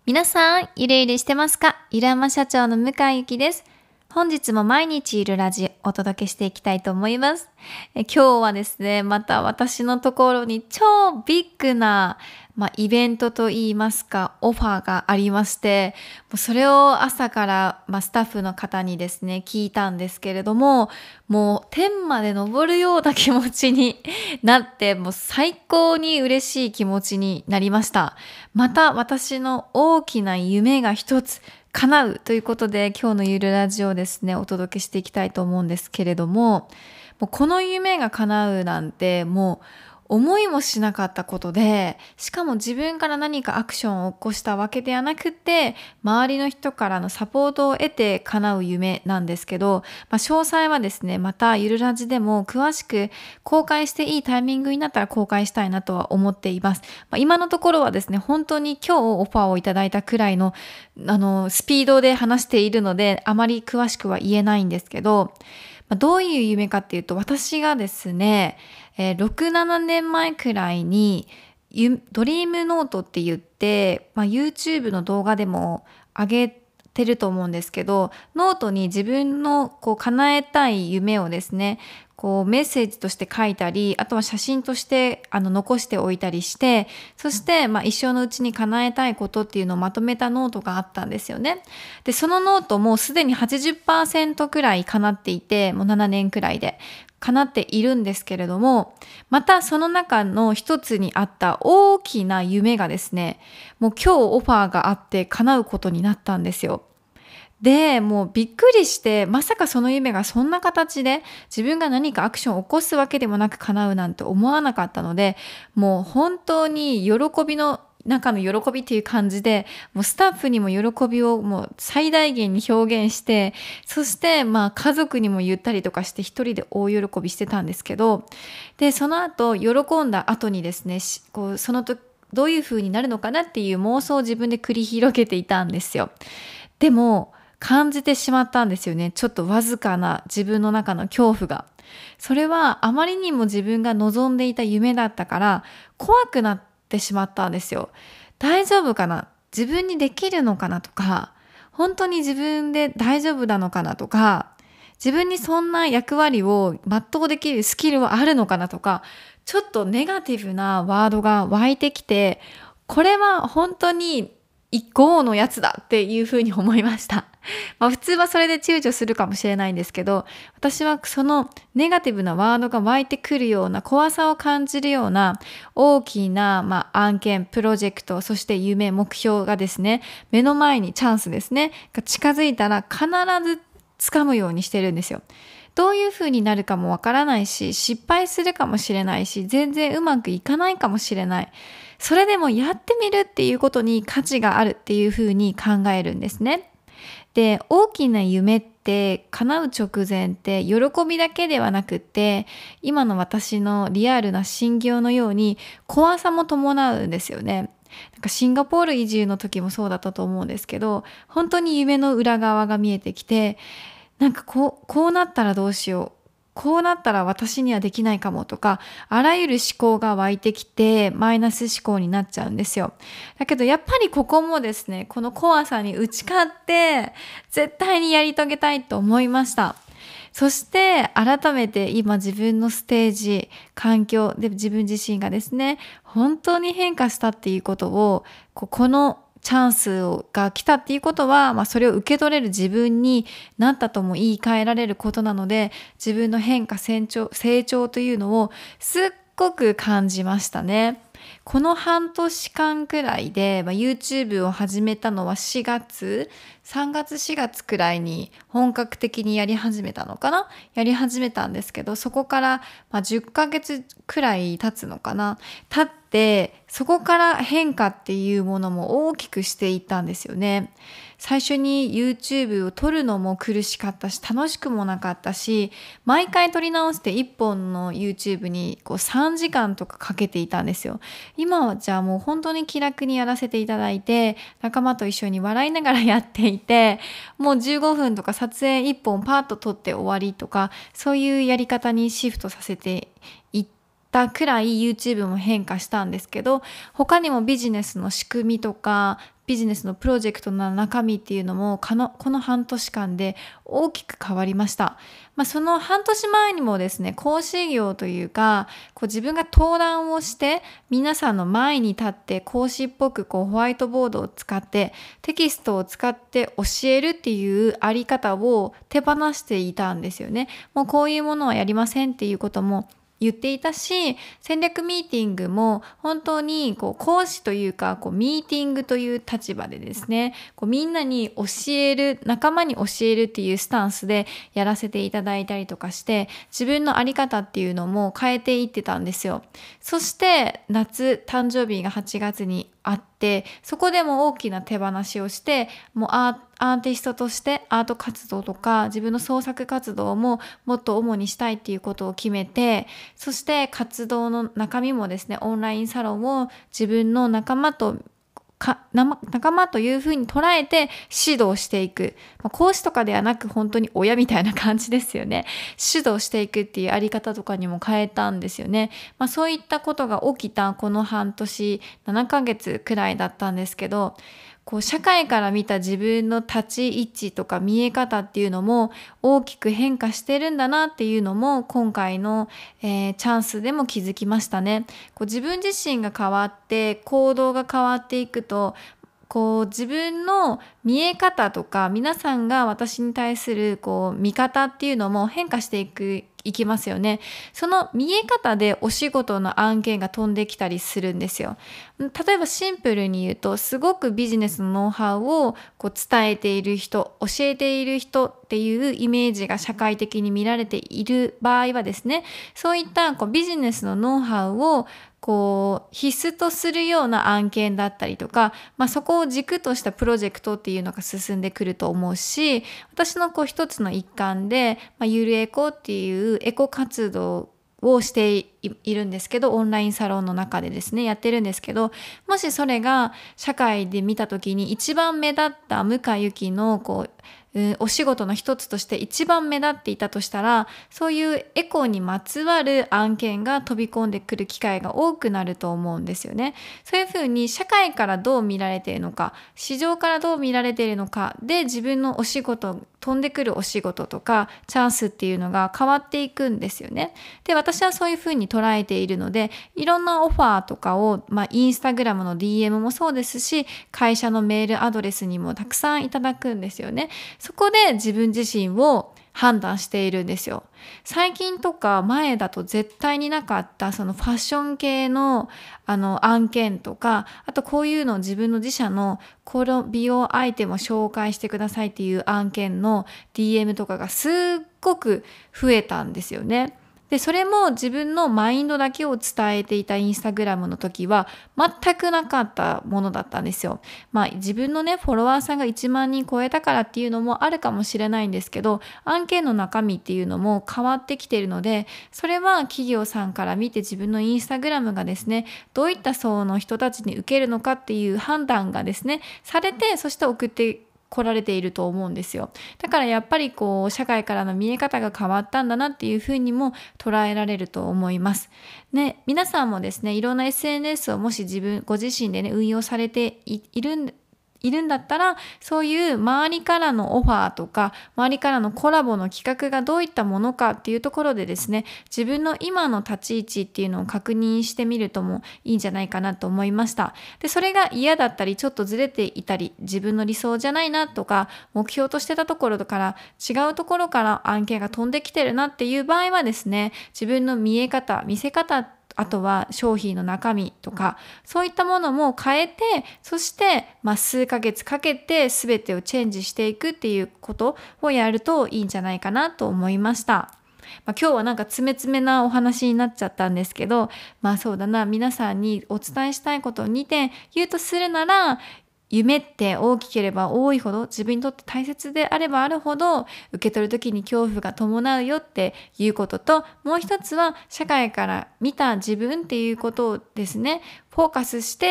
皆さん、ゆるゆるしてますか？ゆるあま社長の向井ゆきです。本日も毎日ゆるラジお届けしていきたいと思います。今日はですね、また私のところに超ビッグな、イベントといいますか、オファーがありまして、もうそれを朝から、スタッフの方にですね、聞いたんですけれども、もう天まで登るような気持ちになって、もう最高に嬉しい気持ちになりました。また私の大きな夢が一つ叶うということで、今日のゆるラジオをですね、お届けしていきたいと思うんですけれども、もうこの夢が叶うなんてもう思いもしなかったことで、しかも自分から何かアクションを起こしたわけではなくて、周りの人からのサポートを得て叶う夢なんですけど、詳細はですね、またゆるラジでも詳しく公開していいタイミングになったら公開したいなとは思っています。今のところはですね、本当に今日オファーをいただいたくらいのスピードで話しているので、あまり詳しくは言えないんですけど、どういう夢かっていうと、私がですね、6、7年前くらいにドリームノートって言って、YouTube の動画でも上げてると思うんですけど、ノートに自分の叶えたい夢をですね、メッセージとして書いたり、あとは写真として残しておいたりして、そして一生のうちに叶えたいことっていうのをまとめたノートがあったんですよね。で、そのノートもすでに 80% くらい叶っていて、もう7年くらいで叶っているんですけれども、またその中の一つにあった大きな夢がですね、もう今日オファーがあって叶うことになったんですよ。で、もうびっくりして、まさかその夢がそんな形で自分が何かアクションを起こすわけでもなく叶うなんて思わなかったので、もう本当に喜びの中の喜びっていう感じで、もうスタッフにも喜びをもう最大限に表現して、そして家族にも言ったりとかして一人で大喜びしてたんですけど、で、その後喜んだ後にですね、その時どういう風になるのかなっていう妄想を自分で繰り広げていたんですよ。でも感じてしまったんですよね。ちょっとわずかな自分の中の恐怖が。それはあまりにも自分が望んでいた夢だったから怖くなってしまったんですよ。大丈夫かな？自分にできるのかなとか、本当に自分で大丈夫なのかなとか、自分にそんな役割を全うできるスキルはあるのかなとか、ちょっとネガティブなワードが湧いてきて、これは本当に一個のやつだっていうふうに思いました。普通はそれで躊躇するかもしれないんですけど、私はそのネガティブなワードが湧いてくるような怖さを感じるような大きな、案件、プロジェクト、そして夢、目標がですね、目の前にチャンスですね、が近づいたら必ず掴むようにしてるんですよ。どういう風になるかもわからないし、失敗するかもしれないし、全然うまくいかないかもしれない。それでもやってみるっていうことに価値があるっていう風に考えるんですね。で、大きな夢って叶う直前って喜びだけではなくって、今の私のリアルな心境のように怖さも伴うんですよね。シンガポール移住の時もそうだったと思うんですけど、本当に夢の裏側が見えてきて、こうなったらどうしよう。こうなったら私にはできないかもとか、あらゆる思考が湧いてきて、マイナス思考になっちゃうんですよ。だけどやっぱりここもですね、この怖さに打ち勝って、絶対にやり遂げたいと思いました。そして改めて今自分のステージ、環境で自分自身がですね、本当に変化したっていうことを、このチャンスが来たっていうことは、それを受け取れる自分になったとも言い換えられることなので、自分の変化、成長というのをすっごく感じましたね。この半年間くらいで、YouTube を始めたのは3月4月くらいに本格的にやり始めたのかな、やり始めたんですけど、そこから10ヶ月くらい経つのかな、経ってそこから変化っていうものも大きくしていったんですよね。最初に YouTube を撮るのも苦しかったし、楽しくもなかったし、毎回撮り直して1本の YouTube に3時間とかかけていたんですよ。今はじゃあもう本当に気楽にやらせていただいて、仲間と一緒に笑いながらやっていて、もう15分とか撮影1本パーッと撮って終わりとか、そういうやり方にシフトさせていったくらい YouTube も変化したんですけど、他にもビジネスの仕組みとかビジネスのプロジェクトの中身っていうのもこの半年間で大きく変わりました。その半年前にもですね、講師業というか、自分が登壇をして皆さんの前に立って講師っぽくホワイトボードを使ってテキストを使って教えるっていうあり方を手放していたんですよね。もうこういうものはやりませんっていうことも言っていたし、戦略ミーティングも本当に講師というかミーティングという立場でですね、みんなに教える、仲間に教えるっていうスタンスでやらせていただいたりとかして、自分のあり方っていうのも変えていってたんですよ。そして夏、誕生日が8月にあって、そこでも大きな手放しをして、もうアーティストとしてアート活動とか自分の創作活動ももっと主にしたいっていうことを決めて、そして活動の中身もですね、オンラインサロンを自分の仲間というふうに捉えて指導していく。講師とかではなく本当に親みたいな感じですよね。指導していくっていうあり方とかにも変えたんですよね。そういったことが起きたこの半年、7ヶ月くらいだったんですけど、社会から見た自分の立ち位置とか見え方っていうのも大きく変化してるんだなっていうのも今回の、チャンスでも気づきましたね。自分自身が変わって行動が変わっていくと、自分の見え方とか皆さんが私に対する見方っていうのも変化していきますよね。その見え方でお仕事の案件が飛んできたりするんですよ。例えばシンプルに言うと、すごくビジネスのノウハウを伝えている人、教えている人っていうイメージが社会的に見られている場合はですね、そういったビジネスのノウハウを必須とするような案件だったりとか、そこを軸としたプロジェクトっていうのが進んでくると思うし、私の一つの一環で、ゆるエコっていうエコ活動をしているんですけど、オンラインサロンの中でですね、やってるんですけど、もしそれが社会で見た時に一番目立った向井ゆきのお仕事の一つとして一番目立っていたとしたら、そういうエコにまつわる案件が飛び込んでくる機会が多くなると思うんですよね。そういうふうに社会からどう見られているのか、市場からどう見られているのかで、自分のお仕事、飛んでくるお仕事とかチャンスっていうのが変わっていくんですよね。で、私はそういうふうに捉えているので、いろんなオファーとかを、インスタグラムの DM もそうですし、会社のメールアドレスにもたくさんいただくんですよね。そこで自分自身を判断しているんですよ。最近とか前だと絶対になかったそのファッション系の案件とか、あとこういうの自分の自社のこの美容アイテムを紹介してくださいっていう案件の DM とかがすっごく増えたんですよね。で、それも自分のマインドだけを伝えていたインスタグラムの時は全くなかったものだったんですよ。自分のね、フォロワーさんが1万人超えたからっていうのもあるかもしれないんですけど、案件の中身っていうのも変わってきているので、それは企業さんから見て自分のインスタグラムがですね、どういった層の人たちに受けるのかっていう判断がですね、されて、そして送って来られていると思うんですよ。だからやっぱり社会からの見え方が変わったんだなっていうふうにも捉えられると思います。ね、皆さんもですね、いろんな SNS をもしご自身でね、運用されているんだったら、そういう周りからのオファーとか、周りからのコラボの企画がどういったものかっていうところでですね、自分の今の立ち位置っていうのを確認してみるともいいんじゃないかなと思いました。で、それが嫌だったり、ちょっとずれていたり、自分の理想じゃないなとか、目標としてたところから違うところから案件が飛んできてるなっていう場合はですね、自分の見え方、見せ方、あとは商品の中身とか、そういったものも変えて、そして数ヶ月かけて全てをチェンジしていくっていうことをやるといいんじゃないかなと思いました。今日はなんか詰め詰めなお話になっちゃったんですけど、そうだな、皆さんにお伝えしたいことを2点言うとするなら、夢って大きければ多いほど、自分にとって大切であればあるほど、受け取るときに恐怖が伴うよっていうことと、もう一つは社会から見た自分っていうことをですね、フォーカスして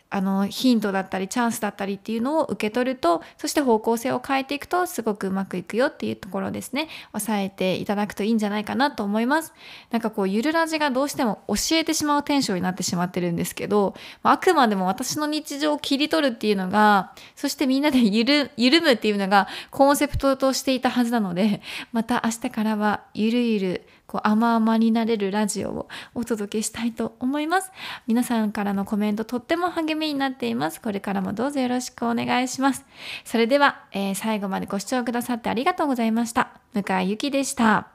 ヒントだったりチャンスだったりっていうのを受け取ると、そして方向性を変えていくとすごくうまくいくよっていうところですね、押さえていただくといいんじゃないかなと思います。なんかこうゆるラジがどうしても教えてしまうテンションになってしまってるんですけど、あくまでも私の日常を切り取るっていうのが、そしてみんなで緩むっていうのがコンセプトとしていたはずなので、また明日からはゆるゆる甘々になれるラジオをお届けしたいと思います。皆さんからのコメントとっても励みになっています。これからもどうぞよろしくお願いします。それでは、最後までご視聴くださってありがとうございました。向井ゆきでした。